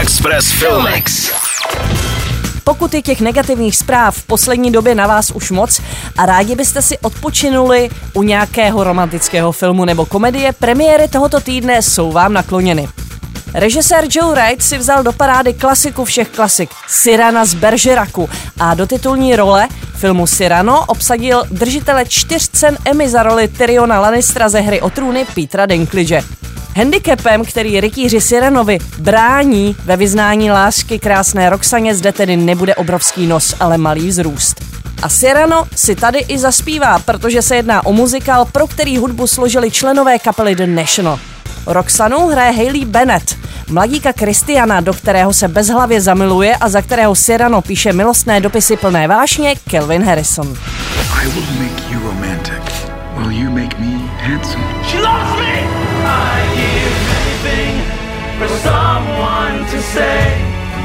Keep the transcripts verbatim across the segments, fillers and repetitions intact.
Express Filmex. Pokud je těch negativních zpráv v poslední době na vás už moc a rádi byste si odpočinuli u nějakého romantického filmu nebo komedie, premiéry tohoto týdne jsou vám nakloněny. Režisér Joe Wright si vzal do parády klasiku všech klasik, Cyrana z Bergeracu, a do titulní role filmu Cyrano obsadil držitele čtyř cen Emmy za roli Tyriona Lannistera ze Hry o trůny Petera Dinklage. Handicapem, který rytíři Cyranovi brání ve vyznání lásky krásné Roxaně, zde tedy nebude obrovský nos, ale malý vzrůst. A Cyrano si tady i zaspívá, protože se jedná o muzikál, pro který hudbu složili členové kapely The National. Roxanu hraje Hayley Bennett, mladíka Christiana, do kterého se bezhlavě zamiluje a za kterého Cyrano píše milostné dopisy plné vášně, Calvin Harrison. I will make you romantic. Will you make me handsome? She loves me! I give anything for someone to say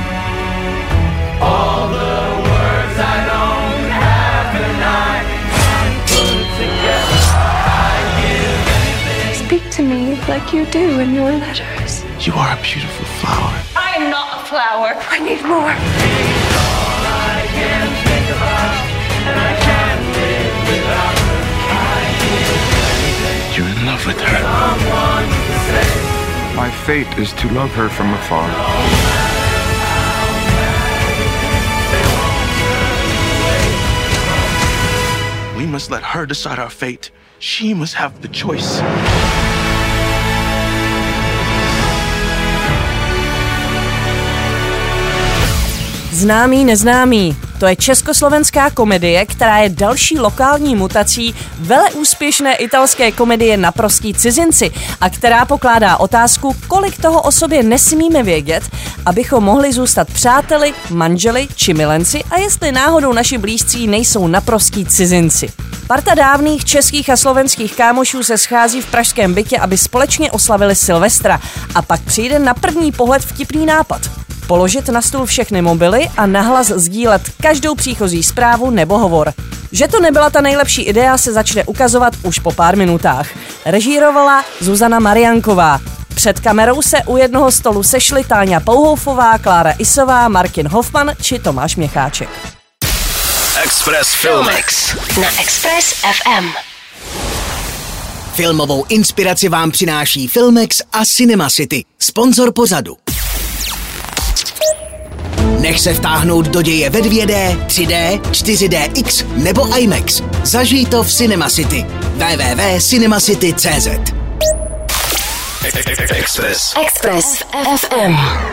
all the words I don't have and I can't put together. I give anything. Speak to me like you do in your letters. You are a beautiful flower. I am not a flower. I need more. She's all I can think about and I can't live without her. I give anything. You're in love with her. Someone to say. My fate is to love her from afar. We must let her decide our fate. She must have the choice. Známý neznámý. To je československá komedie, která je další lokální mutací veleúspěšné italské komedie Naprostí cizinci a která pokládá otázku, kolik toho o sobě nesmíme vědět, abychom mohli zůstat přáteli, manželi či milenci a jestli náhodou naši blízcí nejsou naprostí cizinci. Parta dávných českých a slovenských kámošů se schází v pražském bytě, aby společně oslavili Silvestra, a pak přijde na první pohled vtipný nápad. Položit na stůl všechny mobily a nahlas sdílet každou příchozí zprávu nebo hovor. Že to nebyla ta nejlepší idea, se začne ukazovat už po pár minutách. Režírovala Zuzana Marianková. Před kamerou se u jednoho stolu sešli Táňa Pouhoufová, Klára Isová, Martin Hoffman či Tomáš Měcháček. Express Filmex Na Express F M. Filmovou inspiraci vám přináší Filmex a Cinema City, sponzor pořadu. Nech se vtáhnout do děje ve dvě dé, tři dé, čtyři dé X nebo IMAX. Zažij to v Cinema City. w w w tečka cinemacity tečka cz Express Express F M.